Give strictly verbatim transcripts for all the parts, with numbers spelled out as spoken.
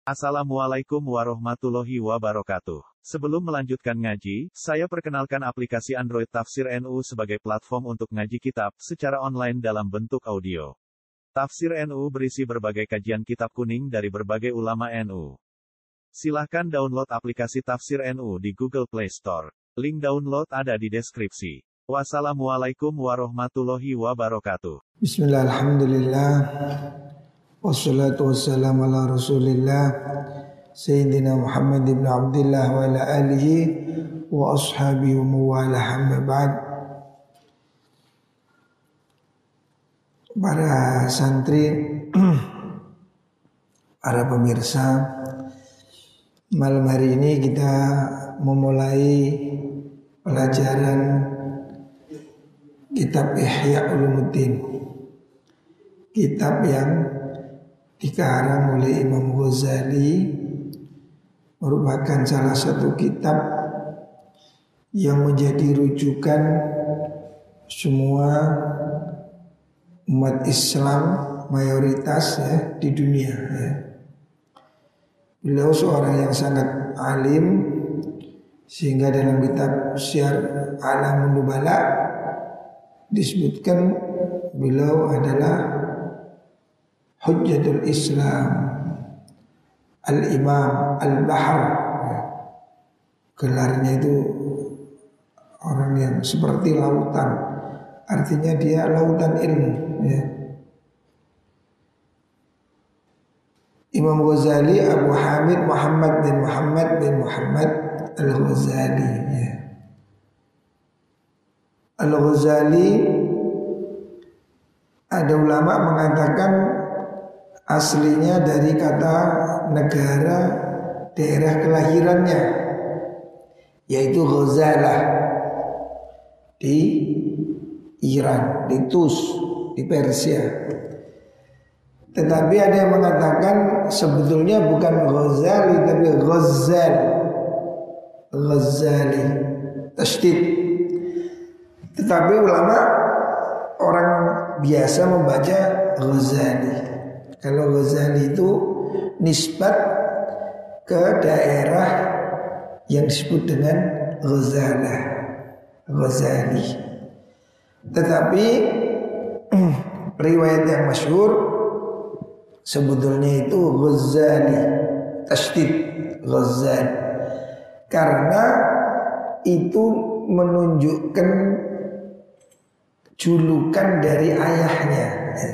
Assalamualaikum warahmatullahi wabarakatuh. Sebelum melanjutkan ngaji, saya perkenalkan aplikasi Android Tafsir N U sebagai platform untuk ngaji kitab secara online dalam bentuk audio. Tafsir N U berisi berbagai kajian kitab kuning dari berbagai ulama N U. Silahkan download aplikasi Tafsir N U di Google Play Store. Link download ada di deskripsi. Wassalamualaikum warahmatullahi wabarakatuh. Bismillah, alhamdulillah. Wassalatu wassalamu ala rasulillah Sayyidina Muhammad ibn Abdullah wa ala alihi wa ashabihi wa mawala hamma ba'd. Para santri, para pemirsa, malam hari ini kita memulai pelajaran kitab Ihya Ulumuddin, kitab yang dikarang oleh Imam Ghazali, merupakan salah satu kitab yang menjadi rujukan semua umat Islam mayoritas ya di dunia ya. Beliau seorang yang sangat alim, sehingga dalam kitab Syiar A'lamun Nubala disebutkan beliau adalah Hujjatul Islam, Al-Imam Al-Bahr. Gelarnya itu orang yang seperti lautan, artinya dia lautan ilmu ya. Imam Ghazali Abu Hamid Muhammad bin Muhammad bin Muhammad Al-Ghazali ya. Al-Ghazali, ada ulama mengatakan aslinya dari kata negara daerah kelahirannya, yaitu Ghazalah di Iran, di Tus, di Persia. Tetapi ada yang mengatakan sebetulnya bukan Ghazali tapi Ghazal, Ghazali, tasydid. Tetapi ulama orang biasa membaca Ghazali. Kalau Ghazali itu nisbat ke daerah yang disebut dengan Ghazalah, Ghazali. Tetapi riwayat yang masyhur sebetulnya itu Ghazali, tasydid Ghazali, karena itu menunjukkan julukan dari ayahnya.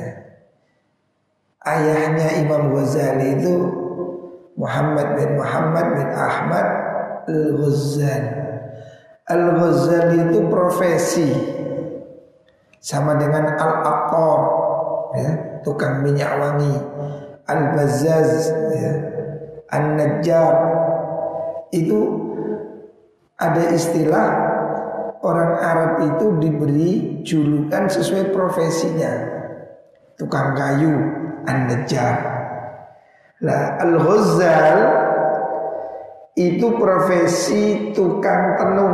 Ayahnya Imam Ghazali itu Muhammad bin Muhammad bin Ahmad Al-Ghazali. Al-Ghazali itu profesi, sama dengan Al-Attar ya, tukang minyak wangi, Al-Bazzaz ya, An-Najjar. Itu ada istilah orang Arab itu diberi julukan sesuai profesinya. Tukang kayu, An-Najjar. Nah, Al-Ghazal itu profesi tukang tenun.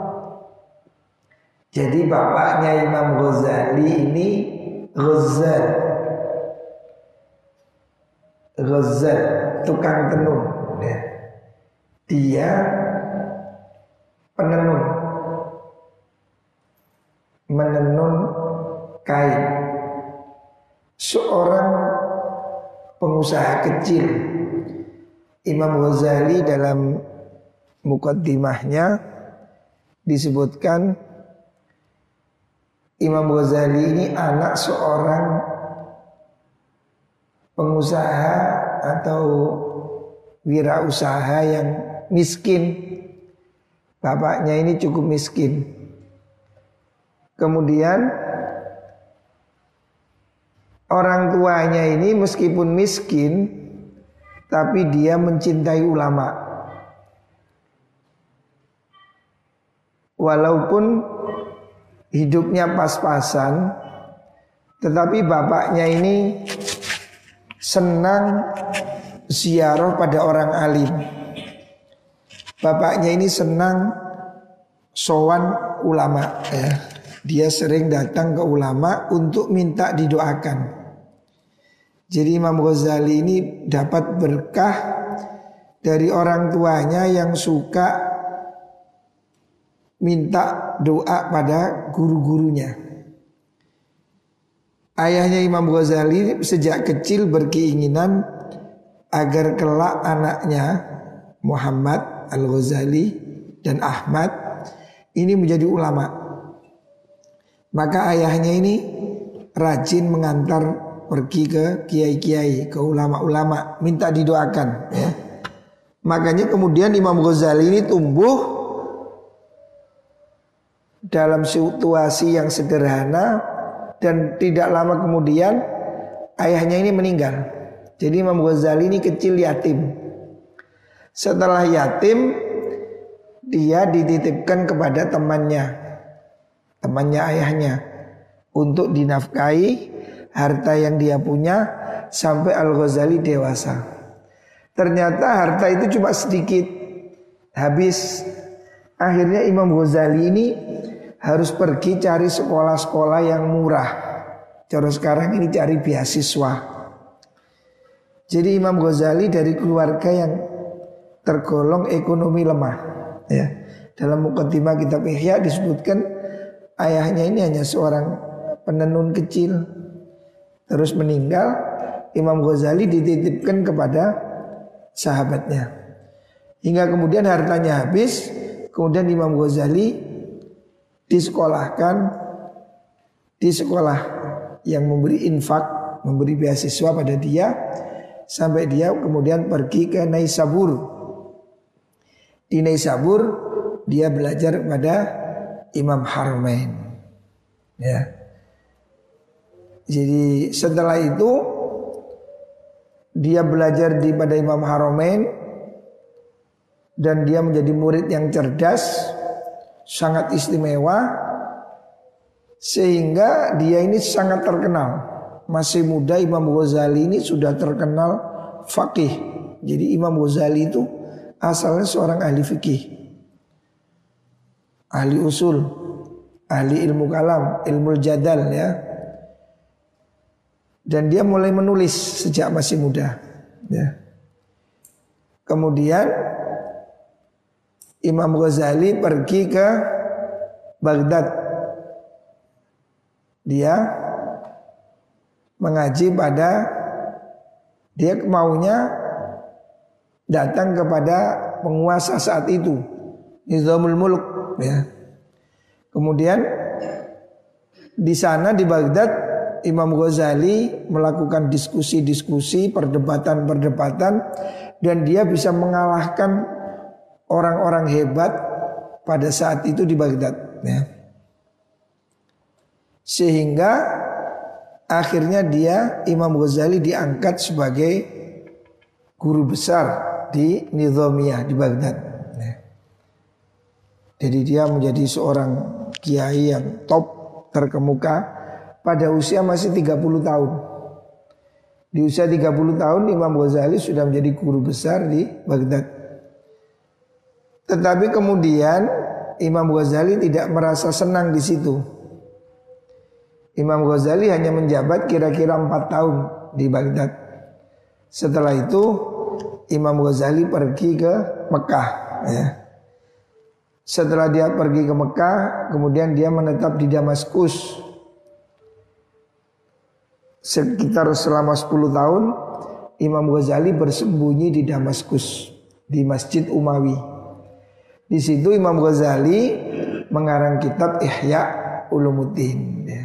Jadi bapaknya Imam Ghazali ini Ghazal, Ghazal, tukang tenun ya. Dia penenun, menenun kain. Seorang pengusaha kecil. Imam Ghazali dalam muqaddimahnya disebutkan Imam Ghazali ini anak seorang pengusaha atau wirausaha yang miskin. Bapaknya ini cukup miskin. Kemudian orang tuanya ini meskipun miskin, tapi dia mencintai ulama. Walaupun hidupnya pas-pasan, tetapi bapaknya ini senang ziarah pada orang alim. Bapaknya ini senang sowan ulama ya. Dia sering datang ke ulama untuk minta didoakan. Jadi Imam Ghazali ini dapat berkah dari orang tuanya yang suka minta doa pada guru-gurunya. Ayahnya Imam Ghazali sejak kecil berkeinginan agar kelak anaknya Muhammad Al-Ghazali dan Ahmad ini menjadi ulama. Maka ayahnya ini rajin mengantar pergi ke kiai-kiai, ke ulama-ulama, minta didoakan ya. Makanya kemudian Imam Ghazali ini tumbuh dalam situasi yang sederhana dan tidak lama kemudian ayahnya ini meninggal. Jadi Imam Ghazali ini kecil yatim. Setelah yatim dia dititipkan kepada temannya, temannya ayahnya, untuk dinafkahi harta yang dia punya sampai Al-Ghazali dewasa. Ternyata harta itu cuma sedikit, habis. Akhirnya Imam Ghazali ini harus pergi cari sekolah-sekolah yang murah. Cara sekarang ini cari beasiswa. Jadi Imam Ghazali dari keluarga yang tergolong ekonomi lemah ya. Dalam muqaddimah kitab Ihya disebutkan ayahnya ini hanya seorang penenun kecil, terus meninggal. Imam Ghazali dititipkan kepada sahabatnya, hingga kemudian hartanya habis. Kemudian Imam Ghazali disekolahkan di sekolah yang memberi infak, memberi beasiswa pada dia, sampai dia kemudian pergi ke Naisabur. Di Naisabur dia belajar kepada Imam Haramain ya. Jadi setelah itu dia belajar di pada Imam Haramain dan dia menjadi murid yang cerdas, sangat istimewa, sehingga dia ini sangat terkenal. Masih muda Imam Ghazali ini sudah terkenal faqih. Jadi Imam Ghazali itu asalnya seorang ahli fikih, ahli usul, ahli ilmu kalam, ilmu jadal ya. Dan dia mulai menulis sejak masih muda ya. Kemudian Imam Ghazali pergi ke Baghdad. Dia mengaji pada, dia maunya datang kepada penguasa saat itu, Nizamul Mulk ya. Kemudian di sana di Baghdad Imam Ghazali melakukan diskusi-diskusi, perdebatan-perdebatan, dan dia bisa mengalahkan orang-orang hebat pada saat itu di Baghdad ya. Sehingga akhirnya dia Imam Ghazali diangkat sebagai guru besar di Nizamiyah di Baghdad ya. Jadi dia menjadi seorang kiai yang top, terkemuka pada usia masih tiga puluh tahun. Di usia tiga puluh tahun Imam Ghazali sudah menjadi guru besar di Baghdad. Tetapi kemudian Imam Ghazali tidak merasa senang di situ. Imam Ghazali hanya menjabat kira-kira empat tahun di Baghdad. Setelah itu Imam Ghazali pergi ke Mekah ya. Setelah dia pergi ke Mekah, kemudian dia menetap di Damaskus sekitar selama sepuluh tahun. Imam Ghazali bersembunyi di Damaskus, di Masjid Umawi. Di situ Imam Ghazali mengarang kitab Ihya Ulumuddin ya.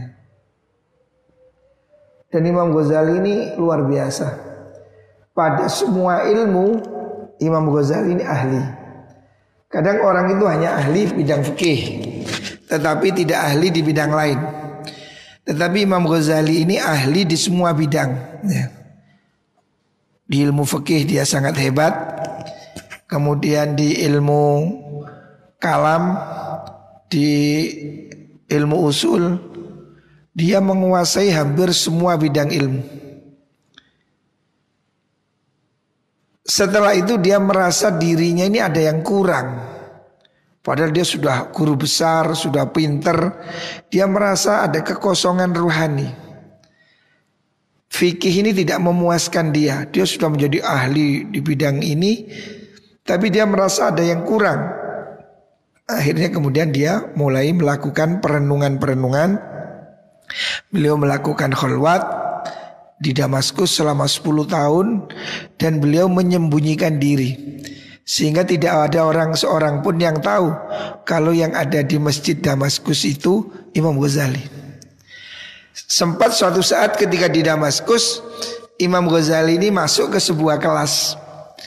Dan Imam Ghazali ini luar biasa. Pada semua ilmu Imam Ghazali ini ahli. Kadang orang itu hanya ahli bidang fikih, tetapi tidak ahli di bidang lain. Tetapi Imam Ghazali ini ahli di semua bidang ya. Di ilmu fikih dia sangat hebat. Kemudian di ilmu kalam, di ilmu usul, dia menguasai hampir semua bidang ilmu. Setelah itu dia merasa dirinya ini ada yang kurang. Padahal dia sudah guru besar, sudah pinter. Dia merasa ada kekosongan ruhani. Fikih ini tidak memuaskan dia. Dia sudah menjadi ahli di bidang ini, tapi dia merasa ada yang kurang. Akhirnya kemudian dia mulai melakukan perenungan-perenungan. Beliau melakukan khalwat di Damaskus selama sepuluh tahun dan beliau menyembunyikan diri, sehingga tidak ada orang seorang pun yang tahu kalau yang ada di masjid Damaskus itu Imam Ghazali. Sempat suatu saat ketika di Damaskus, Imam Ghazali ini masuk ke sebuah kelas.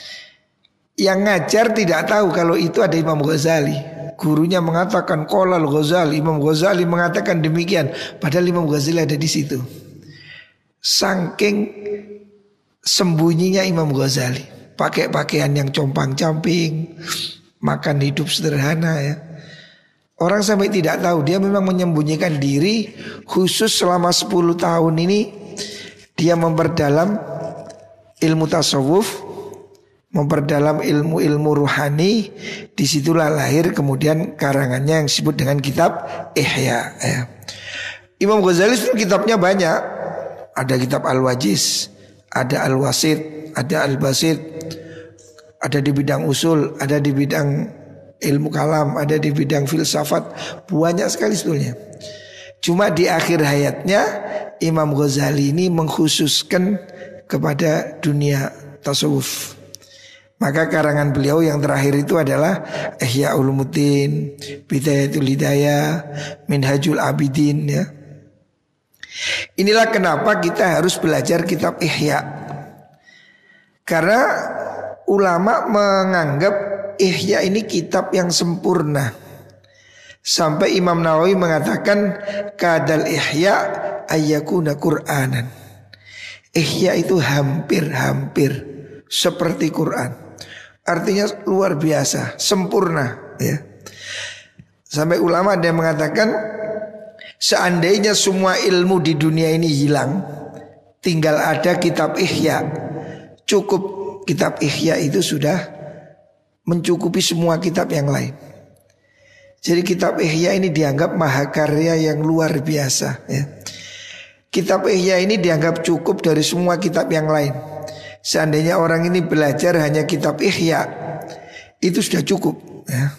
Yang ngajar tidak tahu kalau itu ada Imam Ghazali. Gurunya mengatakan qala al-Ghazali, Imam Ghazali mengatakan demikian, padahal Imam Ghazali ada di situ. Saking sembunyinya Imam Ghazali, pakai pakaian yang compang-camping, makan hidup sederhana ya. Orang sampai tidak tahu dia memang menyembunyikan diri. Khusus selama sepuluh tahun ini dia memperdalam ilmu tasawuf, memperdalam ilmu-ilmu ruhani. Disitulah lahir kemudian karangannya yang disebut dengan kitab Ihya ya. Imam Ghazali itu kitabnya banyak. Ada kitab Al-Wajiz, ada Al-Wasit, ada Al-Basit, ada di bidang usul, ada di bidang ilmu kalam, ada di bidang filsafat. Banyak sekali sebetulnya. Cuma di akhir hayatnya Imam Ghazali ini mengkhususkan kepada dunia tasawuf. Maka karangan beliau yang terakhir itu adalah Ihya Ulumuddin, Bidayatul Hidayah, Minhajul Abidin ya. Inilah kenapa kita harus belajar kitab Ihya. Karena ulama menganggap Ihya ini kitab yang sempurna. Sampai Imam Nawawi mengatakan kadal Ihya ayyakuna Qur'anan. Ihya itu hampir-hampir seperti Quran. Artinya luar biasa, sempurna ya. Sampai ulama ada yang mengatakan seandainya semua ilmu di dunia ini hilang, tinggal ada kitab Ihya, cukup kitab Ihya itu sudah mencukupi semua kitab yang lain. Jadi kitab Ihya ini dianggap mahakarya yang luar biasa ya. Kitab Ihya ini dianggap cukup dari semua kitab yang lain. Seandainya orang ini belajar hanya kitab Ihya, itu sudah cukup ya.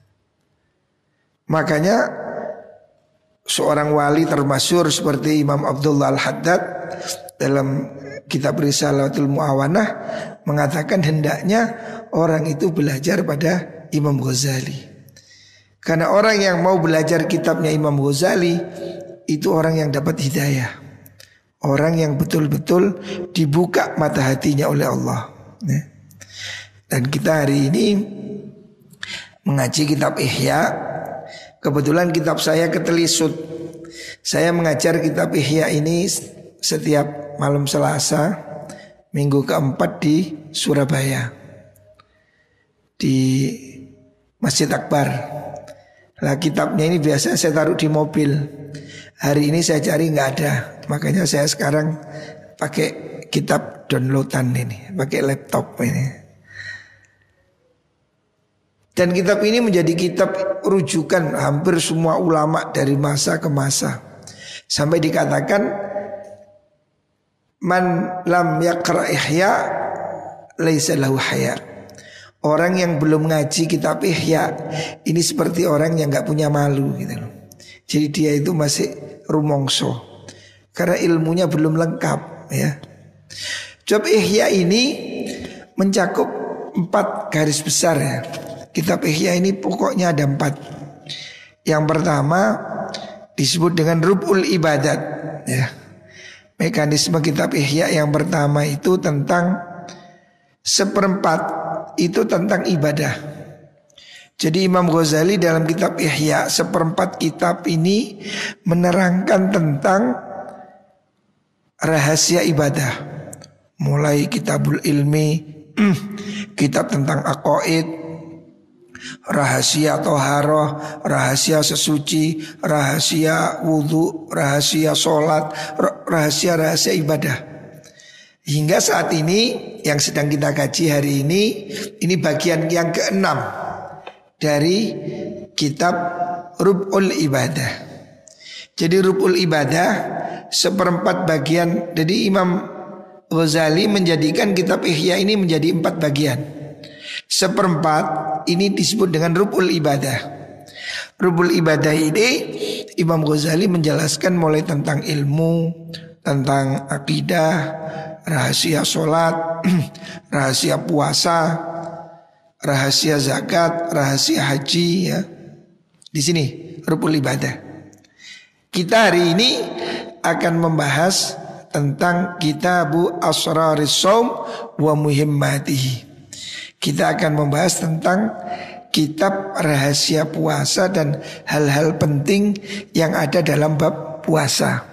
Makanya seorang wali termasyhur seperti Imam Abdullah Al-Haddad dalam kitab Risalatul Mu'awanah mengatakan hendaknya orang itu belajar pada Imam Ghazali. Karena orang yang mau belajar kitabnya Imam Ghazali itu orang yang dapat hidayah, orang yang betul-betul dibuka mata hatinya oleh Allah ya. Dan kita hari ini mengaji kitab Ihya. Kebetulan kitab saya ketelisut. Saya mengajar kitab Ihya ini setiap malam Selasa minggu keempat di Surabaya, di Masjid Akbar. Lah kitabnya ini biasa saya taruh di mobil. Hari ini saya cari nggak ada, makanya saya sekarang pakai kitab downloadan ini, pakai laptop ini. Dan kitab ini menjadi kitab rujukan hampir semua ulama dari masa ke masa. Sampai dikatakan man lam yaqra Ihya laisa lahu haya. Orang yang belum ngaji kitab Ihya ini seperti orang yang gak punya malu gitu loh. Jadi dia itu masih rumongso karena ilmunya belum lengkap ya. Kitab Ihya ini mencakup empat garis besar ya. Kitab Ihya ini pokoknya ada empat. Yang pertama disebut dengan Rub'ul Ibadat ya. Mekanisme kitab Ihya yang pertama itu tentang seperempat itu tentang ibadah. Jadi Imam Ghazali dalam kitab Ihya seperempat kitab ini menerangkan tentang rahasia ibadah. Mulai kitabul ilmi, kitab tentang aqaid, rahasia toharoh, rahasia sesuci, rahasia wudhu, rahasia sholat, rahasia-rahasia ibadah. Hingga saat ini yang sedang kita kaji hari ini, ini bagian yang keenam dari kitab Rub'ul Ibadah. Jadi Rub'ul Ibadah seperempat bagian. Jadi Imam Ghazali menjadikan kitab Ihya ini menjadi empat bagian. seperempat ini disebut dengan rubul ibadah. Rubul ibadah ini Imam Ghazali menjelaskan mulai tentang ilmu, tentang akidah, rahasia sholat, rahasia puasa, rahasia zakat, rahasia haji ya. Di sini rubul ibadah. Kita hari ini akan membahas tentang Kitabu Asraris Shaum wa Muhimmatihi. Kita akan membahas tentang kitab rahasia puasa dan hal-hal penting yang ada dalam bab puasa.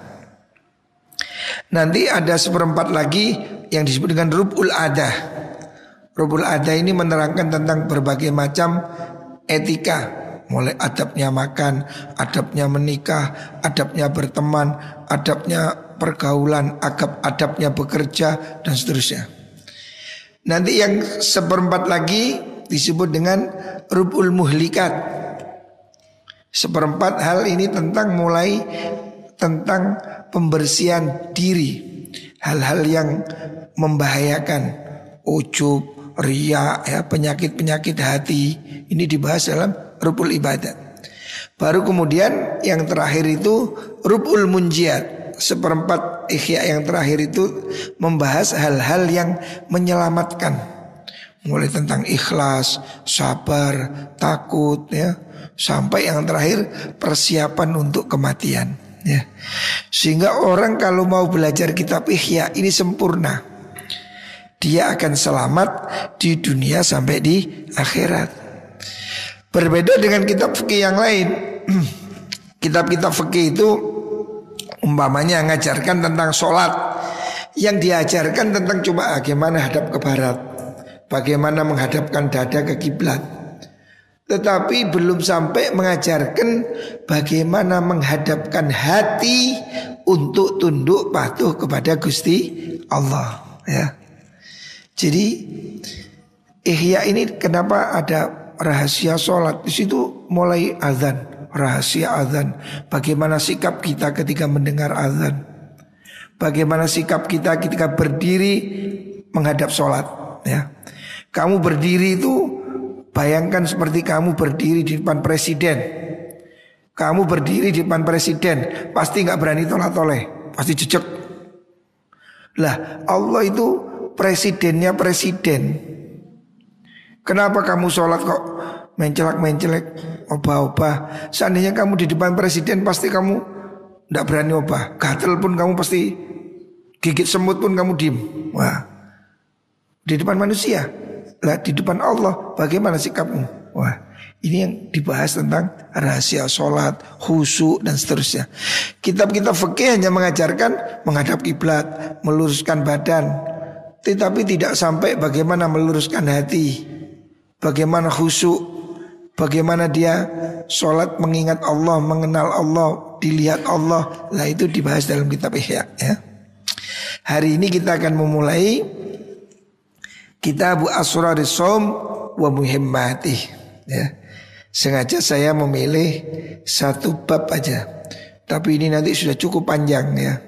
Nanti ada seperempat lagi yang disebut dengan Rub'ul Adah. Rub'ul Adah ini menerangkan tentang berbagai macam etika, mulai adabnya makan, adabnya menikah, adabnya berteman, adabnya pergaulan, adab adabnya bekerja dan seterusnya. Nanti yang seperempat lagi disebut dengan Rub'ul Muhlikat. Seperempat hal ini tentang mulai tentang pembersihan diri, hal-hal yang membahayakan, ujub, riya, ya, penyakit-penyakit hati. Ini dibahas dalam Rub'ul Ibadah. Baru kemudian yang terakhir itu Rub'ul Munjiat. Seperempat ikhya yang terakhir itu membahas hal-hal yang menyelamatkan, mulai tentang ikhlas, sabar, takut ya, sampai yang terakhir persiapan untuk kematian ya. Sehingga orang kalau mau belajar kitab Ihya ini sempurna, dia akan selamat di dunia sampai di akhirat. Berbeda dengan kitab fikih yang lain. Kitab-kitab fikih itu umpamanya ngajarkan tentang sholat, yang diajarkan tentang cuma bagaimana hadap ke barat, bagaimana menghadapkan dada ke kiblat, tetapi belum sampai mengajarkan bagaimana menghadapkan hati untuk tunduk patuh kepada Gusti Allah ya. Jadi Ihya ini kenapa ada rahasia sholat? Di situ mulai azan, rahasia azan. Bagaimana sikap kita ketika mendengar azan, bagaimana sikap kita ketika berdiri menghadap sholat ya. Kamu berdiri itu bayangkan seperti kamu berdiri di depan presiden. Kamu berdiri di depan presiden, pasti gak berani tolak-toleh, pasti jejek. Lah Allah itu presidennya presiden. Kenapa kamu sholat kok mencelak-mencelek, obah-obah? Seandainya kamu di depan presiden pasti kamu gak berani obah. Gatel pun kamu pasti, gigit semut pun kamu diem. Wah, di depan manusia. Lah di depan Allah bagaimana sikapmu? Wah, ini yang dibahas tentang rahasia sholat, khusyuk dan seterusnya. Kitab-kitab fikih hanya mengajarkan menghadap kiblat, meluruskan badan, tetapi tidak sampai bagaimana meluruskan hati, bagaimana khusyuk, bagaimana dia sholat mengingat Allah, mengenal Allah, dilihat Allah. Lah itu dibahas dalam kitab Ihya ya. Hari ini kita akan memulai Kitabu Asraris Shaum wa Muhimmatih ya. Sengaja saya memilih satu bab aja, tapi ini nanti sudah cukup panjang ya.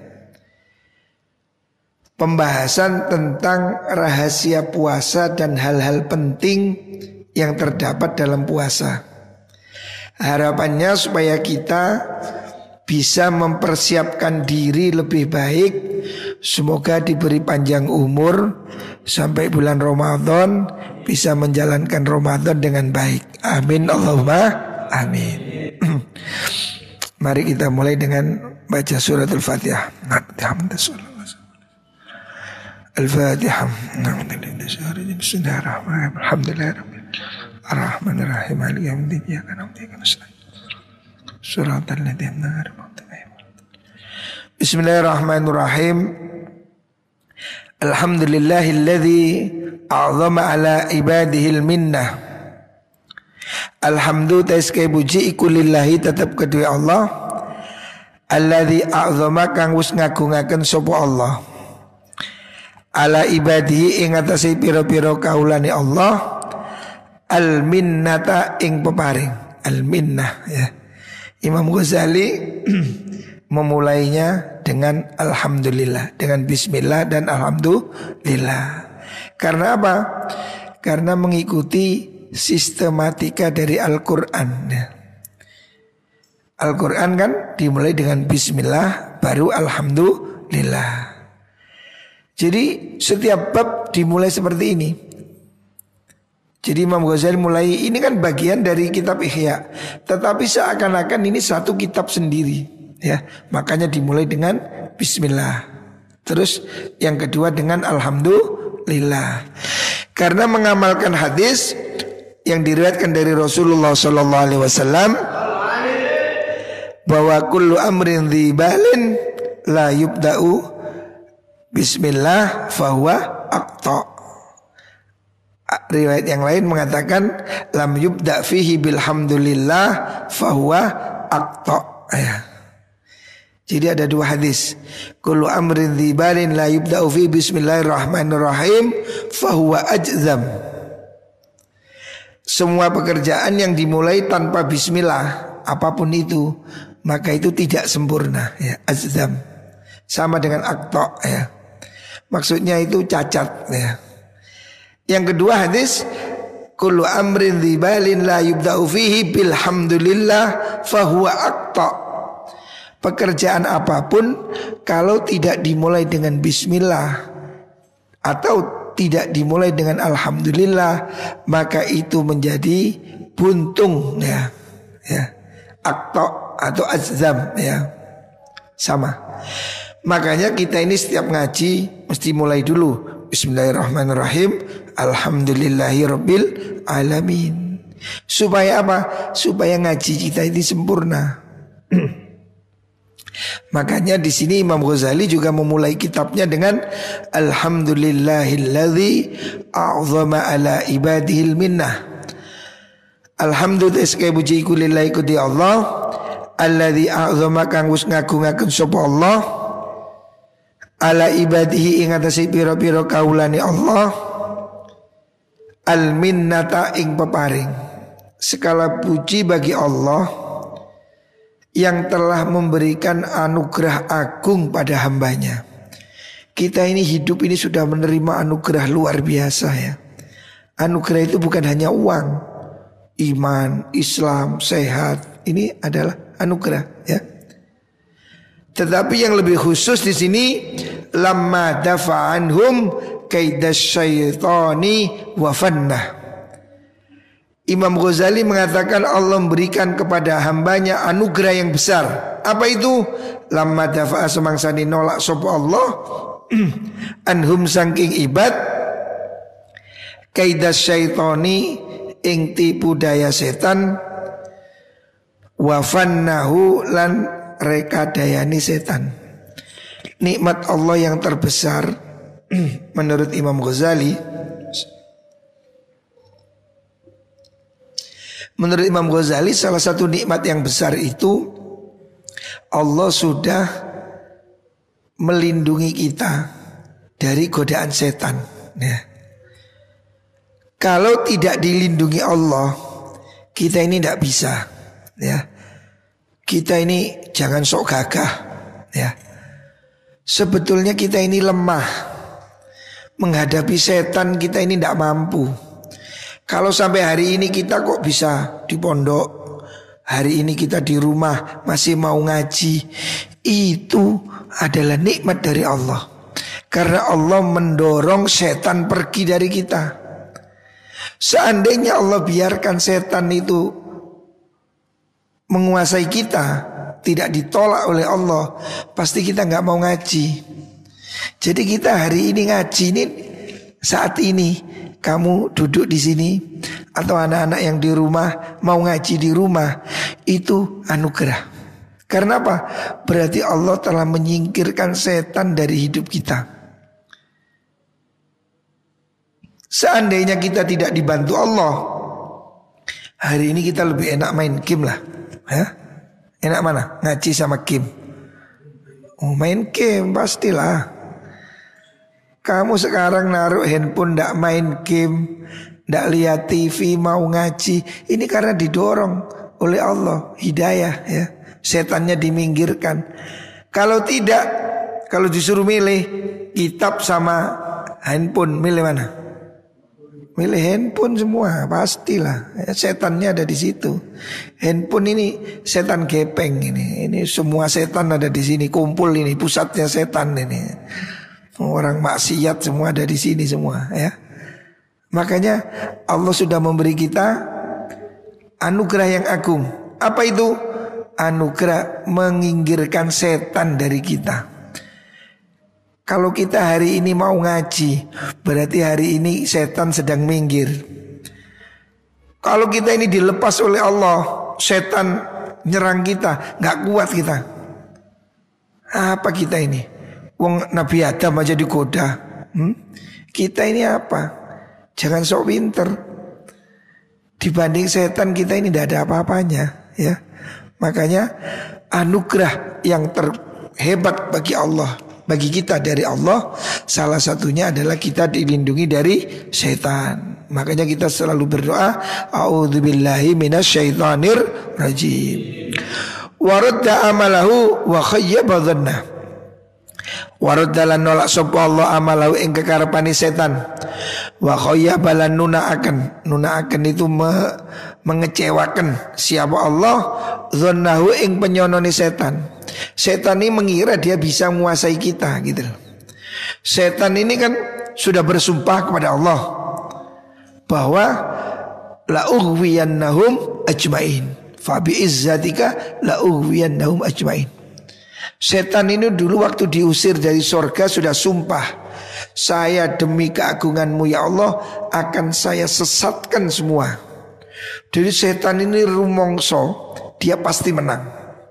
Pembahasan tentang rahasia puasa dan hal-hal penting yang terdapat dalam puasa. Harapannya supaya kita bisa mempersiapkan diri lebih baik. Semoga diberi panjang umur sampai bulan Ramadan, bisa menjalankan Ramadan dengan baik. Amin Allahumma amin. Mari kita mulai dengan baca surat Al-Fatihah. Al-Fatihah. Bismillahirrahmanirrahim. Alhamdulillahirabbil arrahmanirrahim. Maliki yaumiddin. Iyyaka na'budu wa iyyaka nasta'in. Shiratal ladzina an'amta 'alaihim. Bismillahirrahmanirrahim. Alhamdulillahilladzi a'zama ala ibadihil minnah. Alhamdulillah taskai puji iku lillahi tetap kedua Allah. Alladzi a'zama kang wis ngagungaken sapa Allah. Ala ibadihi ing atase pira-pira kaulane Allah. Al minnata ing peparing. Al minnah ya. Imam Ghazali memulainya dengan alhamdulillah, dengan bismillah dan alhamdulillah. Karena apa? Karena mengikuti sistematika dari Al-Quran. Al-Quran kan dimulai dengan bismillah, baru alhamdulillah. Jadi setiap bab dimulai seperti ini. Jadi Imam Ghazali mulai, ini kan bagian dari kitab Ihya, tetapi seakan-akan ini satu kitab sendiri, ya. Makanya dimulai dengan bismillah. Terus yang kedua dengan alhamdulillah. Karena mengamalkan hadis yang diriwayatkan dari Rasulullah sallallahu alaihi wasallam bahwa kullu amrin dzibalin la yubda'u bismillah fahuwa aqta. Riwayat yang lain mengatakan lam yubda fihi bilhamdulillah fahuwa aqta. Ya. Jadi ada dua hadis. Kullu amrin dzibalin la yubda'u fi bismillahirrahmanirrahim fahuwa ajzam. Semua pekerjaan yang dimulai tanpa bismillah, apapun itu, maka itu tidak sempurna, ya, ajzam. Sama dengan aqta, ya. Maksudnya itu cacat, ya. Yang kedua hadis kullu amrin dzibalin la yubda'u fihi bilhamdulillah fahuwa aqta. Pekerjaan apapun kalau tidak dimulai dengan bismillah atau tidak dimulai dengan alhamdulillah, maka itu menjadi buntung, ya. Ya. Aqta atau azam, ya. Sama. Makanya kita ini setiap ngaji mesti mulai dulu bismillahirrahmanirrahim, alhamdulillahirabbil alamin. Supaya apa? Supaya ngaji kita ini sempurna. Makanya di sini Imam Ghazali juga memulai kitabnya dengan alhamdulillahilladzi a'zama ala ibadihil minnah. Alhamdulillah sekaya puji iku lillahi kudi Allah alladzi a'zama kang wis ngagungaken sapa Allah ala ibadihi ing atase pira-pira kaulane Allah al minnata ing peparing. Segala puji bagi Allah yang telah memberikan anugerah agung pada hambanya. Kita ini hidup ini sudah menerima anugerah luar biasa, ya. Anugerah itu bukan hanya uang, iman, Islam, sehat. Ini adalah anugerah, ya. Tetapi yang lebih khusus di sini lamma dafa'anhum kaidasyaitani wa fannah. Imam Ghazali mengatakan Allah memberikan kepada hambanya anugerah yang besar. Apa itu? Lamma dafa'a semangsani nolak sapa Allah anhum sangking ibad kaidasyaitani ing tipu daya setan wa fannahu lan rekadayani setan. Nikmat Allah yang terbesar menurut Imam Ghazali, menurut Imam Ghazali salah satu nikmat yang besar itu Allah sudah melindungi kita dari godaan setan, ya. Kalau tidak dilindungi Allah, kita ini tidak bisa, ya. Kita ini jangan sok gagah, ya. Sebetulnya kita ini lemah. Menghadapi setan kita ini tidak mampu. Kalau sampai hari ini kita kok bisa di pondok, hari ini kita di rumah masih mau ngaji, itu adalah nikmat dari Allah. Karena Allah mendorong setan pergi dari kita. Seandainya Allah biarkan setan itu menguasai kita, tidak ditolak oleh Allah, pasti kita nggak mau ngaji. Jadi kita hari ini ngaji ini, saat ini kamu duduk di sini atau anak-anak yang di rumah mau ngaji di rumah, itu anugerah. Karena apa? Berarti Allah telah menyingkirkan setan dari hidup kita. Seandainya kita tidak dibantu Allah, hari ini kita lebih enak main game lah, ya? Enak mana? Ngaji sama game. Oh, main game pastilah. Kamu sekarang naruh handphone ndak main game, ndak lihat T V, mau ngaji, ini karena didorong oleh Allah, hidayah, ya. Setannya diminggirkan. Kalau tidak, kalau disuruh milih kitab sama handphone, milih mana? milih handphone semua, pastilah. Setannya ada di situ. Handphone ini setan gepeng ini. Ini semua setan ada di sini, kumpul ini, pusatnya setan ini. Orang maksiat semua ada di sini semua, ya. Makanya Allah sudah memberi kita anugerah yang agung. Apa itu? Anugerah menginggirkan setan dari kita. Kalau kita hari ini mau ngaji, berarti hari ini setan sedang minggir. Kalau kita ini dilepas oleh Allah, setan nyerang kita, nggak kuat kita. Apa kita ini? Wong Nabi Adam aja digoda. Hmm? Kita ini apa? Jangan sok pinter. Dibanding setan kita ini tidak ada apa-apanya, ya. Makanya anugerah yang terhebat bagi Allah, bagi kita dari Allah, salah satunya adalah kita dilindungi dari setan. Makanya kita selalu berdoa, a'udzubillahi minasyaitonir rajim. Waradda amalahu wa khayyaba dhanna. Waradda lan nolak sapa Allah amalahu ing kekarepane setan. Wa khayyaba lan nunaaken. Nunaaken itu me, mengecewakan siapa Allah, dhannahu ing penyonone setan. Setan ini mengira dia bisa menguasai kita gitu. Setan ini kan sudah bersumpah kepada Allah bahwa la ughwiyannahum ajmain. Fa bi izzatika la ughwiyannahum ajmain. Setan ini dulu waktu diusir dari surga sudah sumpah, saya demi keagunganmu ya Allah akan saya sesatkan semua. Jadi setan ini rumongso, dia pasti menang,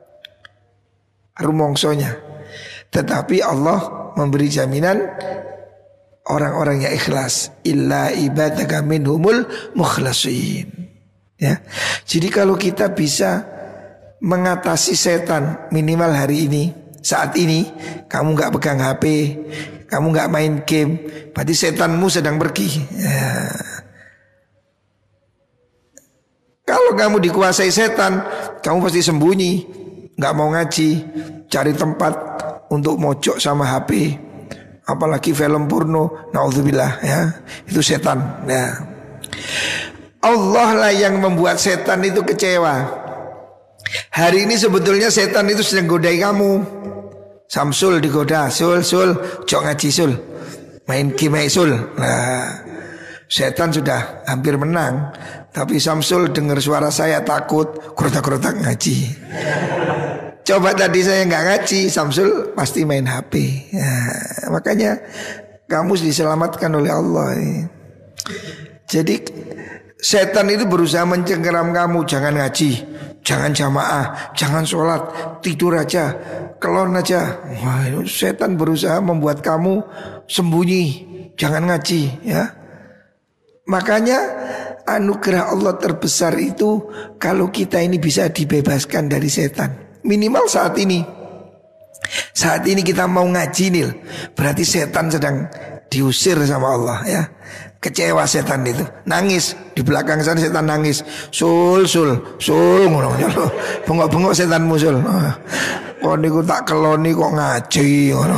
rumongsonya. Tetapi Allah memberi jaminan orang-orang yang ikhlas, illa ibadaka minhumul mukhlasin. Ya. Jadi kalau kita bisa mengatasi setan minimal hari ini, saat ini kamu gak pegang H P, kamu gak main game, berarti setanmu sedang pergi, ya. Kalau kamu dikuasai setan, kamu pasti sembunyi, gak mau ngaji, cari tempat untuk mojok sama H P, apalagi film porno, naudzubillah, ya. Itu setan, ya. Allah lah yang membuat setan itu kecewa. Hari ini sebetulnya setan itu sedang godai kamu. Samsul digoda, sul sul, jok ngaji sul, main game sul. Nah, setan sudah hampir menang, tapi Samsul dengar suara saya takut, kerotak-kerotak ngaji. Coba tadi saya nggak ngaji, Samsul pasti main H P. Nah, makanya kamu diselamatkan oleh Allah. Jadi setan itu berusaha mencengkeram kamu, jangan ngaji, jangan jamaah, jangan sholat, tidur aja, kelon aja. Wah, setan berusaha membuat kamu sembunyi, jangan ngaji, ya. Makanya anugerah Allah terbesar itu kalau kita ini bisa dibebaskan dari setan. Minimal saat ini. Saat ini kita mau ngaji nih, berarti setan sedang diusir sama Allah, ya. Kecewa setan itu, nangis di belakang sana, setan nangis, sul sul sul ngono, bengok-bengok setan musul. Kok niku tak keloni kok ngaji ngono.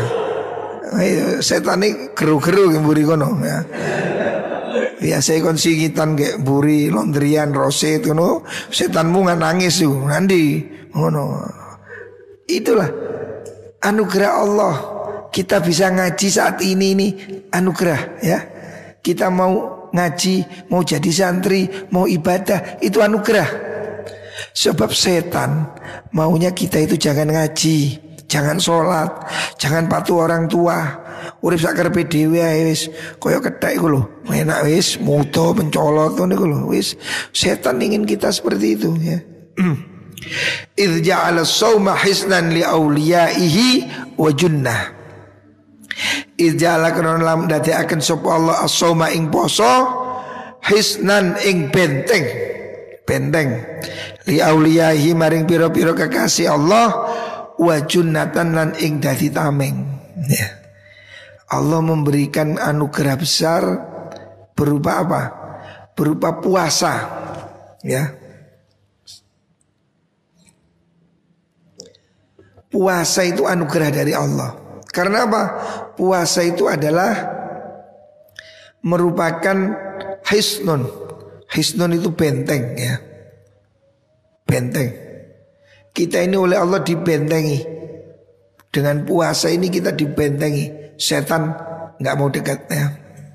Setan ini geru-geru mburi kono, ya. Biasa kon singitan kayak buri laundryan roset ngono, setanmu nggak nangis tuh, nanti ngono. Itulah anugerah Allah. Kita bisa ngaji saat ini ini anugerah, ya. Kita mau ngaji, mau jadi santri, mau ibadah, itu anugerah. Sebab setan maunya kita itu jangan ngaji, jangan sholat, jangan patuh orang tua, urip sak karepe dhewe ae wis, koyo kethek iku lho, enak wis, muda pencolot ngono iku lho, wis. Setan ingin kita seperti itu, ya. Idz ja'ala as-sawma hisnan li awliyaihi wa junnah. Ijala kana lam dadekaken sapa Allah as-sawma ing poso hisnan ing benteng, benteng li auliyahi maring pira-pira kekasih Allah wa junnatan lan ing dadi tameng, ya. Allah memberikan anugerah besar berupa apa? Berupa puasa, ya. Puasa itu anugerah dari Allah. Karena apa? Puasa itu adalah merupakan hisnun. Hisnun itu benteng ya. Benteng. Kita ini oleh Allah dibentengi. Dengan puasa ini kita dibentengi. Setan nggak mau dekat ya.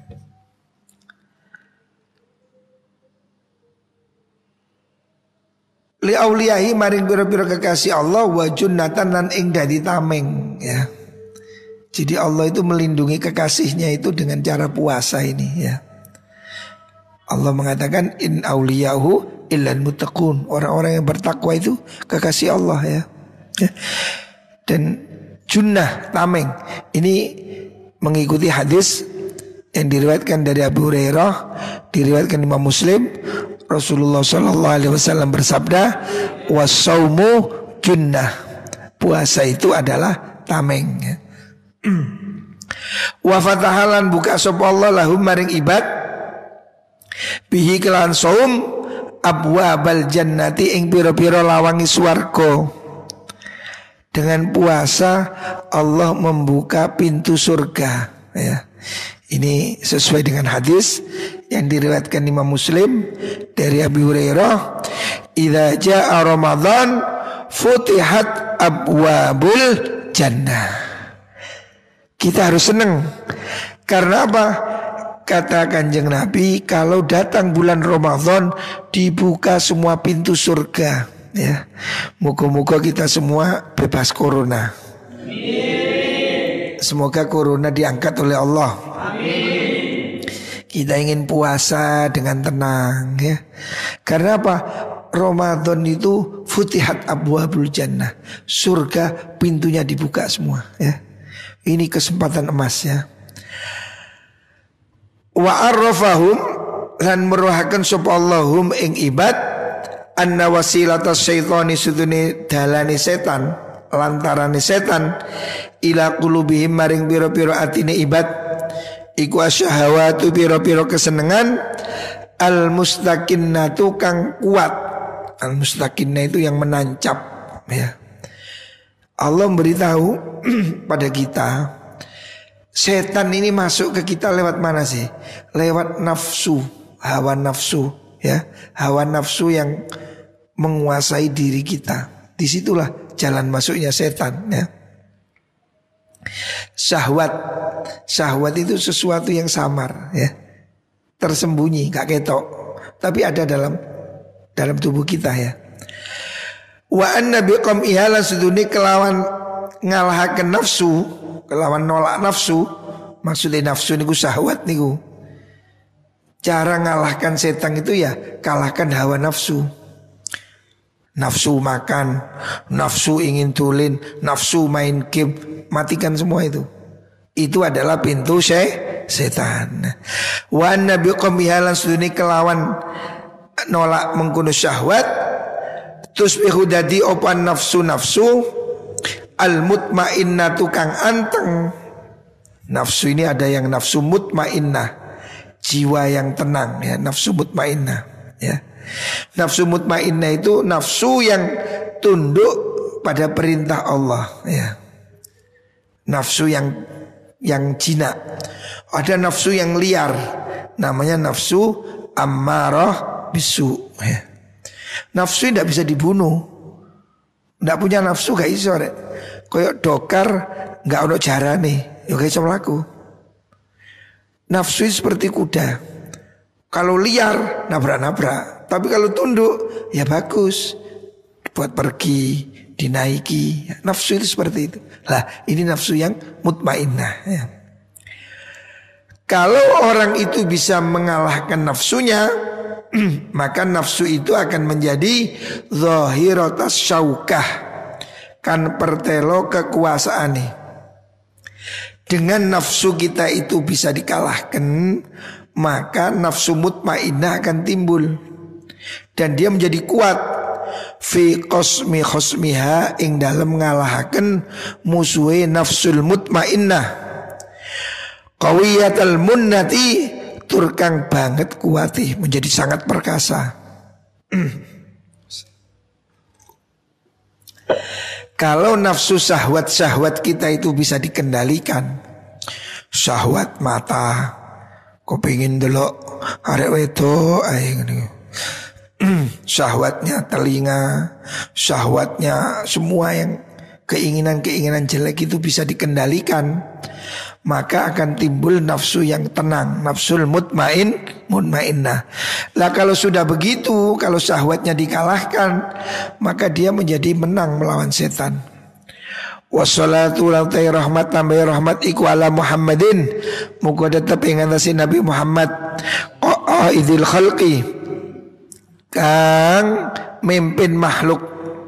Li auliyahi maring pira-pira kekasih Allah wa junnatan lan ing dadi tameng ya. Jadi Allah itu melindungi kekasihnya itu dengan cara puasa ini ya. Allah mengatakan in auliyahu illal muttaqun. Orang-orang yang bertakwa itu kekasih Allah ya. Dan junnah tameng ini mengikuti hadis yang diriwayatkan dari Abu Hurairah, diriwayatkan Imam Muslim. Rasulullah Shallallahu Alaihi Wasallam bersabda, wasaumu junnah. Puasa itu adalah tameng. Wa fatahalan buka sapa Allah lahum maring ibad bihi kelan saum abwabal jannati ing pira-pira lawangi swarga. Dengan puasa Allah membuka pintu surga ya. Ini sesuai dengan hadis yang diriwayatkan Imam Muslim dari Abu Hurairah, idza jaa Ramadan futihat abwabul jannah. Kita harus senang. Karena apa? Kata Kanjeng Nabi, kalau datang bulan Ramadan dibuka semua pintu surga ya. Moga-moga kita semua bebas corona. Amin. Semoga corona diangkat oleh Allah. Amin. Kita ingin puasa dengan tenang ya. Karena apa? Ramadan itu futihat abwabul jannah. Surga pintunya dibuka semua ya. Ini kesempatan emas ya. Wa arrafahum lan meruhaken sapa Allahum ing ibad anna wasilata syaitani sudune dalane setan lantarane setan ila qulubihim maring pira-pira atine ibad iku asyahawatu pira-pira kesenengan al mustaqinnatu kang kuat. Al mustaqinna itu yang menancap ya. Allah memberitahu pada kita, setan ini masuk ke kita lewat mana sih? Lewat nafsu, hawa nafsu ya. Hawa nafsu yang menguasai diri kita. Disitulah jalan masuknya setan ya. Syahwat, syahwat itu sesuatu yang samar ya, tersembunyi, gak ketok, tapi ada dalam dalam tubuh kita ya. Wa anna biqam ihala suduni kelawan ngalahaken nafsu, kelawan nolak nafsu. Maksudnya nafsu niku syahwat niku. Cara ngalahkan setan itu ya kalahkan hawa nafsu. Nafsu makan, nafsu ingin tulin, nafsu main game, matikan semua itu. Itu adalah pintu syai, setan. Wa anna biqam ihala suduni kelawan nolak mengkuno syahwat. Tusbihu dadi opan nafsu-nafsu al-mutmainnah tukang anteng. Nafsu ini ada yang nafsu mutmainnah, jiwa yang tenang ya, nafsu mutmainnah ya. Nafsu mutmainnah itu nafsu yang tunduk pada perintah Allah ya. Nafsu yang yang jinak. Ada nafsu yang liar, namanya nafsu ammarah bisu ya. Nafsu tidak bisa dibunuh. Tidak punya nafsu gak iso rek. Kayak dokar gak ada cara nih, ya gak iso melaku. Nafsu seperti kuda. Kalau liar nabrak-nabrak, tapi kalau tunduk ya bagus, buat pergi, dinaiki. Nafsu itu seperti itu. Lah ini nafsu yang mutmainnah ya. Kalau orang itu bisa mengalahkan nafsunya, maka nafsu itu akan menjadi zahiratas syaukah, kan pertelo kekuasaan nih. Dengan nafsu kita itu bisa dikalahkan, maka nafsu mutmainnah akan timbul dan dia menjadi kuat fi qasmi khosmiha ing dalam ngalahaken musuhe nafsul mutmainnah qawiyatal munnati turkang banget kuatih, menjadi sangat perkasa. Kalau nafsu syahwat-syahwat kita itu bisa dikendalikan, syahwat mata, kepingin delok arek wedok ae ngene. Syahwatnya telinga, syahwatnya semua yang keinginan-keinginan jelek itu bisa dikendalikan, maka akan timbul nafsu yang tenang, nafsul mutmain, mutmainnah. Lah kalau sudah begitu, kalau syahwatnya dikalahkan, maka dia menjadi menang melawan setan. Wassalatu lautai rahmat tambah rahmat iku ala Muhammadin, muga tetep ing atase Nabi Muhammad qaidil khalqi, kang mimpin makhluk,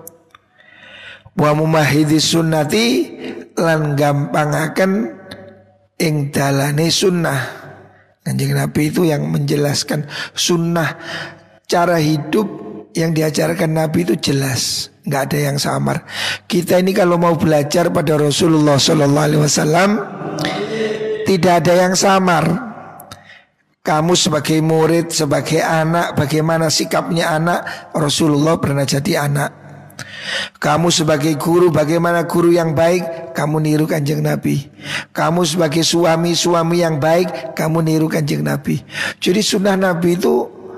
wa mumahidi sunnati, lan gampangaken ing dalane sunnah. Kanjeng Nabi itu yang menjelaskan sunnah, cara hidup yang diajarkan Nabi itu jelas, nggak ada yang samar. Kita ini kalau mau belajar pada Rasulullah Sallallahu Alaihi Wasallam tidak ada yang samar. Kamu sebagai murid, sebagai anak, bagaimana sikapnya anak, Rasulullah pernah jadi anak. Kamu sebagai guru, bagaimana guru yang baik, kamu niru Kanjeng Nabi. Kamu sebagai suami, suami yang baik, kamu niru Kanjeng Nabi. Jadi sunnah Nabi itu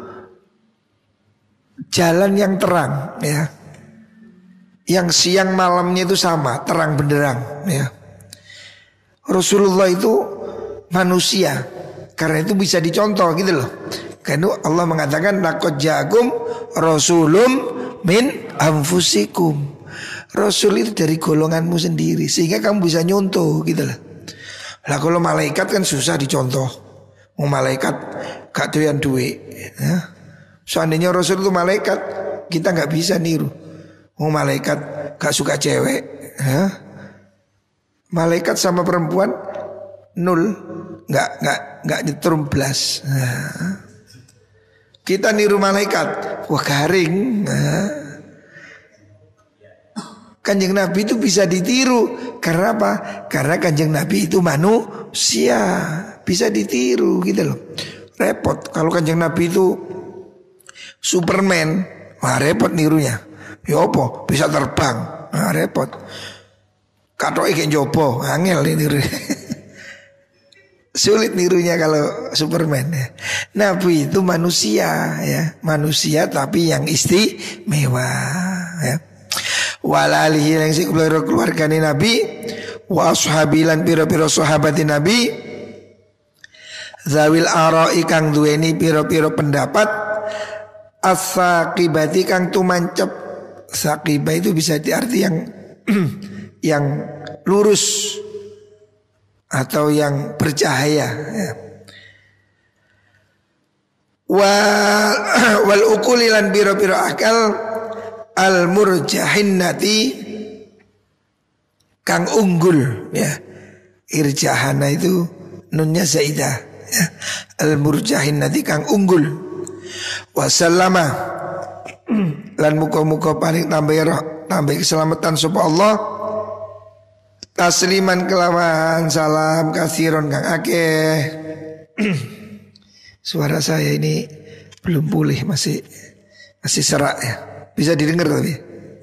jalan yang terang, ya. Yang siang malamnya itu sama, terang benderang, ya. Rasulullah itu manusia, karena itu bisa dicontoh gitu loh. Karena Allah mengatakan laqad ja'akum rasulun min anfusikum. Rasul itu dari golonganmu sendiri, sehingga kamu bisa nyontoh gitu loh. Lah kalau malaikat kan susah dicontoh. Mau malaikat gak doyan duit, ya. Seandainya Rasul itu malaikat, kita gak bisa niru. Mau malaikat gak suka cewek, ya. Malaikat sama perempuan nol, gak gak gak nyetrum belas. Nah, kita niru malaikat, wah garing. Nah, Kanjeng Nabi itu bisa ditiru. Karena apa? Karena Kanjeng Nabi itu manusia, bisa ditiru gitu loh. Repot kalau Kanjeng Nabi itu Superman, wah repot nirunya. Ya apa? Bisa terbang, wah repot. Katoke kayak jopo, angel niru. Sulit nirunya kalau Superman, ya. Nabi itu manusia, ya, manusia tapi yang istimewa, ya. Walalihi yang si keluarga Nabi, wa ashabilan piro-piro sahabati Nabi, zawil ara'i kang duweni piro-piro pendapat, as-saqibati kang tumancep. Saqibah itu bisa diarti yang yang lurus atau yang bercahaya, ya. Wal wal ukulilan biro-biro akal al murjahinnati kang unggul, ya. Irjahana itu nunnya zaidah, ya. Al murjahinnati kang unggul. Wasallama lan muka-muka paling tambah roh tambah keselamatan sapa Allah, tasliman kelawan salam kasiron kang akeh. Suara saya ini belum pulih, masih masih serak, ya. Bisa didengar tapi.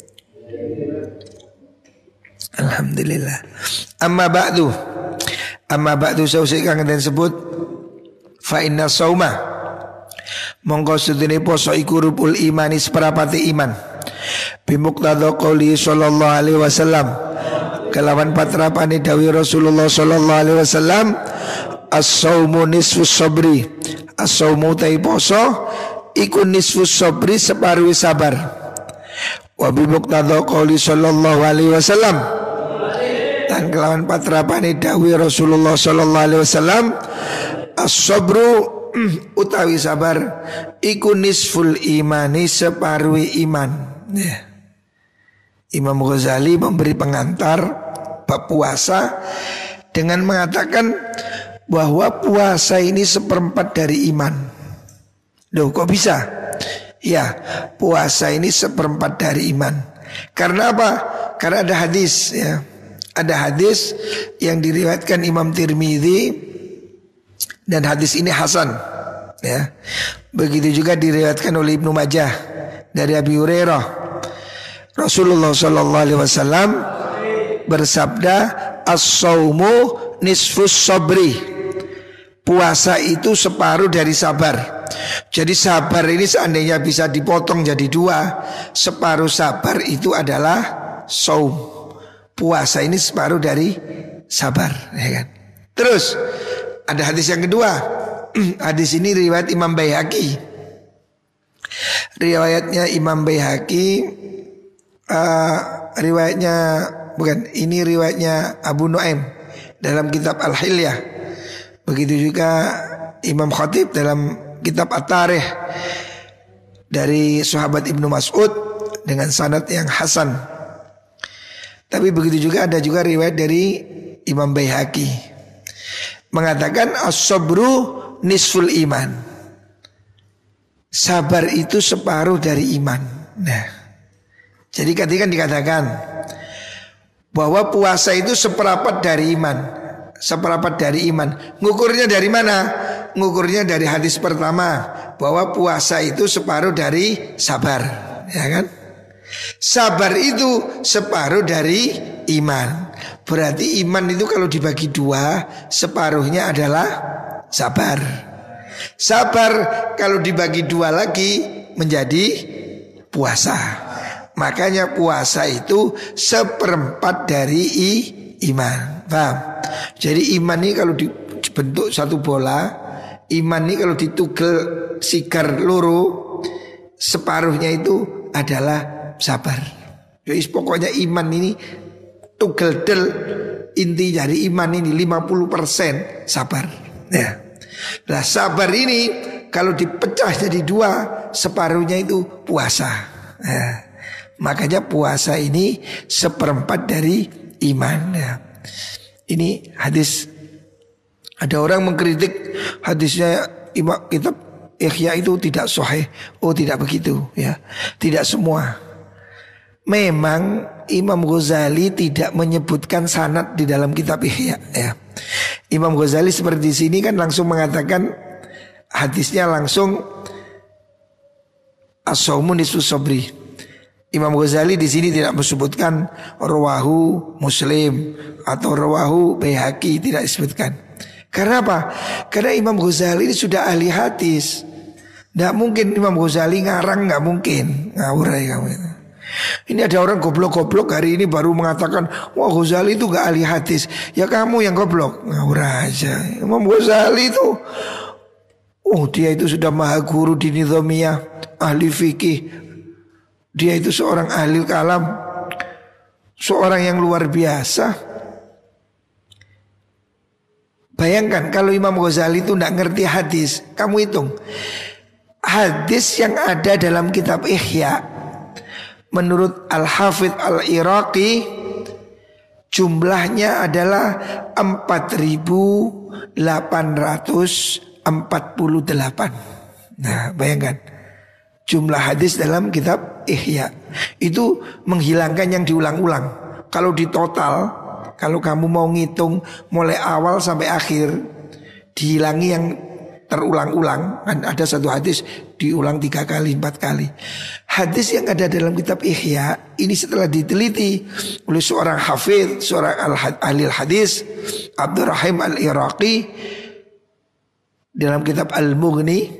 Alhamdulillah. Amma ba'du. Amma ba'du sausik kang den sebut fa inna sauma mongko sedene poso iku rubul imani seperapati iman. Bimuqtada qouli sallallahu alaihi wasallam, kelawan patrapane dawuh Rasulullah sallallahu alaihi wasallam, as-saumu nisfus sabri. As-saumu tai poso iku nisfus sabri, separuh sabar. Wa bimuqtada qouli sallallahu alaihi wasallam, dan kelawan patrapane dawuh Rasulullah sallallahu alaihi wasallam, as-sabru utawi sabar iku nisful imani, separuh iman, ya. Imam Ghazali memberi pengantar bab puasa dengan mengatakan bahwa puasa ini seperempat dari iman. Loh kok bisa? Ya, puasa ini seperempat dari iman. Karena apa? Karena ada hadis, ya. Ada hadis yang diriwayatkan Imam Tirmidzi, dan hadis ini hasan, ya. Begitu juga diriwayatkan oleh Ibnu Majah dari Abi Hurairah. Rasulullah sallallahu alaihi wasallam bersabda, as-saumu nisfus sabri. puasa itu separuh dari sabar. Jadi sabar ini seandainya bisa dipotong jadi dua, separuh sabar itu adalah saum. Puasa ini separuh dari sabar, ya kan? Terus ada hadis yang kedua. Hadis ini riwayat Imam Baihaqi. Riwayatnya Imam Baihaqi, uh, riwayatnya bukan, ini riwayatnya Abu Nuaim dalam kitab Al-Hilyah. Begitu juga Imam Khatib dalam kitab At-Tarikh dari sahabat Ibnu Mas'ud dengan sanad yang hasan. Tapi begitu juga ada juga riwayat dari Imam Baihaqi mengatakan as-sabru nisful iman. Sabar itu separuh dari iman. Nah, jadi ketika dikatakan bahwa puasa itu seperapat dari iman, seperapat dari iman. Ngukurnya dari mana? Ngukurnya dari hadis pertama bahwa puasa itu separuh dari sabar, ya kan? Sabar itu separuh dari iman. Berarti iman itu kalau dibagi dua, separuhnya adalah sabar. Sabar kalau dibagi dua lagi menjadi puasa. Makanya puasa itu seperempat dari i, iman. Paham? Jadi iman ini kalau dibentuk satu bola, iman ini kalau ditugel sigar loro, separuhnya itu adalah sabar. Jadi pokoknya iman ini tugel del, inti dari iman ini lima puluh persen sabar. Ya. Nah sabar ini kalau dipecah jadi dua, separuhnya itu puasa. Nah, makanya puasa ini seperempat dari iman. Ya. Ini hadis. Ada orang mengkritik hadisnya imam kitab Ihya itu tidak sahih. Oh tidak begitu ya. Tidak semua. Memang Imam Ghazali tidak menyebutkan sanad di dalam kitab Ihya ya. Imam Ghazali seperti di sini kan langsung mengatakan hadisnya langsung as-saumu nisfu sabri. Imam Ghazali di sini tidak menyebutkan rawahu Muslim atau rawahu Baihaqi, tidak disebutkan. Karena apa? Karena Imam Ghazali ini sudah ahli hadis. Tidak mungkin Imam Ghazali ngarang, nggak mungkin. Ngawurai kamu itu. Ini ada orang goblok-goblok hari ini baru mengatakan wah Ghazali itu gak ahli hadis. Ya kamu yang goblok. Ngawur aja. Imam Ghazali itu oh dia itu sudah maha guru di Nizamiyah, ahli fikih. Dia itu seorang ahli kalam, seorang yang luar biasa. Bayangkan kalau Imam Ghazali itu tidak ngerti hadis. Kamu hitung hadis yang ada dalam kitab Ihya, menurut Al-Hafidh Al-Iraqi jumlahnya adalah empat ribu delapan ratus empat puluh delapan. Nah bayangkan jumlah hadis dalam kitab Ihya itu menghilangkan yang diulang-ulang. Kalau di total, kalau kamu mau ngitung mulai awal sampai akhir, dihilangi yang terulang-ulang. Kan ada satu hadis diulang tiga kali, empat kali. Hadis yang ada dalam kitab Ihya ini setelah diteliti oleh seorang hafidh, seorang ahli hadis, Abdurrahim Al-Iraqi dalam kitab Al-Mughni,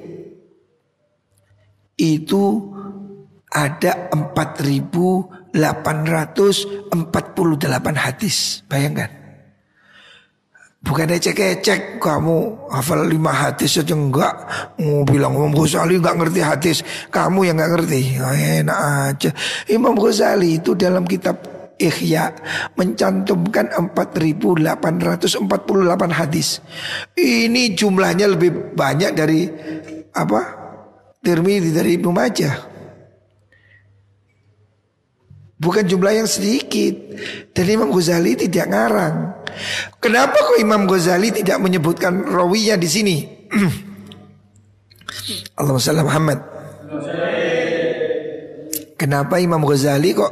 itu ada empat ribu delapan ratus empat puluh delapan hadis. Bayangkan. Bukan ecek-ecek kamu hafal lima hadis saja enggak. Mau bilang Imam Ghazali enggak ngerti hadis, kamu yang enggak ngerti. Oh, enak aja. Imam Ghazali itu dalam kitab Ihya mencantumkan empat ribu delapan ratus empat puluh delapan hadis. Ini jumlahnya lebih banyak dari apa? Tirmidzi, dari Ibnu Majah. Bukan jumlah yang sedikit. Dan Imam Ghazali tidak ngarang. Kenapa kok Imam Ghazali tidak menyebutkan rawinya di sini? Allahumma shalli Muhammad. Kenapa Imam Ghazali kok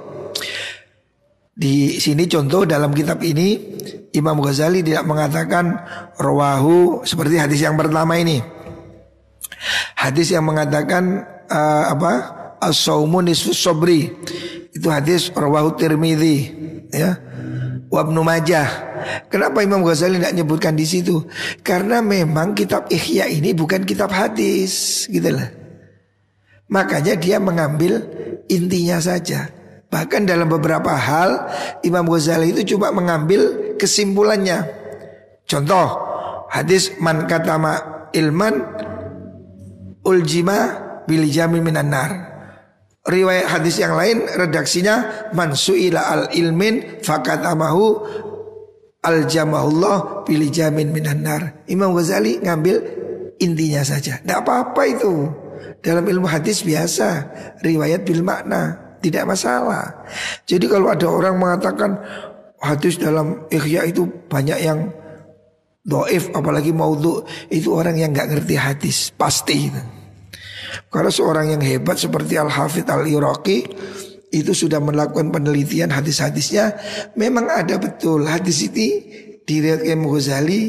di sini contoh dalam kitab ini Imam Ghazali tidak mengatakan rawahu seperti hadis yang pertama ini. Hadis yang mengatakan uh, apa? As-saumu nisfu sabri. Itu hadis rawahu Tirmidzi ya. wa Ibnu Majah. Kenapa Imam Ghazali tidak nyebutkan di situ? Karena memang kitab Ihya ini bukan kitab hadis, gitu lah. Makanya dia mengambil intinya saja. Bahkan dalam beberapa hal Imam Ghazali itu cuma mengambil kesimpulannya. Contoh hadis man katama ilman uljima bil jami minan nar. Riwayat hadis yang lain redaksinya man suila al ilmin fakatamahu al jamahullah bil jamin minan nar. Imam Ghazali ngambil intinya saja. Tidak apa-apa itu. Dalam ilmu hadis biasa riwayat bil makna, tidak masalah. Jadi kalau ada orang mengatakan hadis dalam Ihya itu banyak yang dhaif, apalagi maudhu, itu orang yang gak ngerti hadis, pasti itu. Kalau seorang yang hebat seperti Al-Hafidh Al-Iraqi itu sudah melakukan penelitian hadis-hadisnya, memang ada betul hadis ini diriwayatkan Imam Ghazali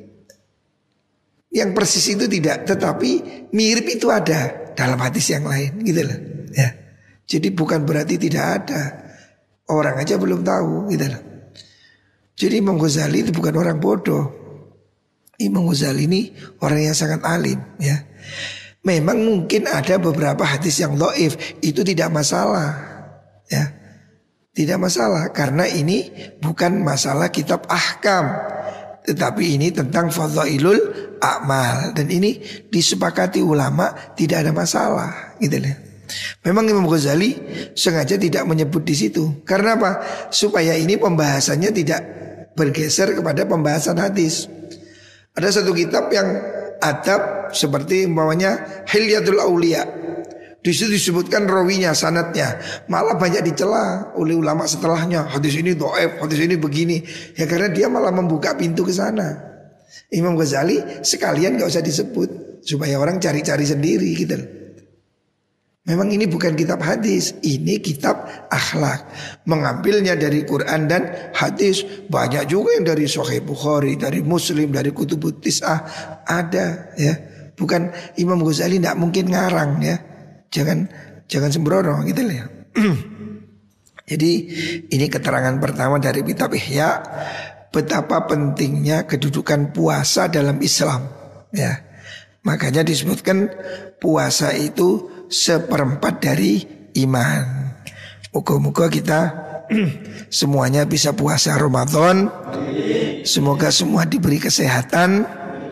yang persis itu tidak, tetapi mirip itu ada dalam hadis yang lain, gitu loh. Ya. Jadi bukan berarti tidak ada, orang aja belum tahu, gitu loh. Jadi Imam Ghazali itu bukan orang bodoh. Imam Ghazali ini orang yang sangat alim, ya. Memang mungkin ada beberapa hadis yang dhaif, itu tidak masalah, ya. Tidak masalah karena ini bukan masalah kitab ahkam, tetapi ini tentang fadhailul a'mal, dan ini disepakati ulama, tidak ada masalah, gitu loh. Memang Imam Ghazali sengaja tidak menyebut di situ. Karena apa? Supaya ini pembahasannya tidak bergeser kepada pembahasan hadis. Ada satu kitab yang adab seperti umpamanya Hilyatul Auliya. Di situ disebutkan rawinya, sanadnya, malah banyak dicela oleh ulama setelahnya. Hadis ini dhaif, hadis ini begini. Ya karena dia malah membuka pintu ke sana. Imam Ghazali sekalian gak usah disebut supaya orang cari-cari sendiri gitu. Memang ini bukan kitab hadis, ini kitab akhlak. Mengambilnya dari Quran dan hadis. Banyak juga yang dari Sahih Bukhari, dari Muslim, dari Kutubut Tis'ah ada, ya. Bukan Imam Ghazali tidak mungkin ngarang, ya. Jangan jangan sembrono gitu lah, ya. Jadi ini keterangan pertama dari kitab Ihya, betapa pentingnya kedudukan puasa dalam Islam, ya. Makanya disebutkan puasa itu seperempat dari iman. Moga-moga kita semuanya bisa puasa Ramadan. Semoga semua diberi kesehatan.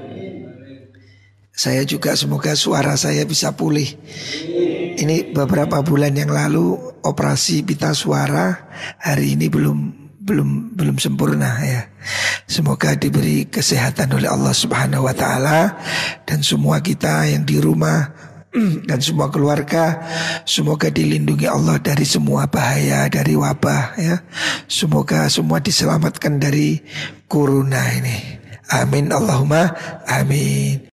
Saya juga semoga suara saya bisa pulih. Ini beberapa bulan yang lalu operasi pita suara, hari ini belum belum belum sempurna, ya. Semoga diberi kesehatan oleh Allah Subhanahu wa taala, dan semua kita yang di rumah dan semua keluarga semoga dilindungi Allah dari semua bahaya, dari wabah, ya. Semoga semua diselamatkan dari corona ini. Amin Allahumma amin.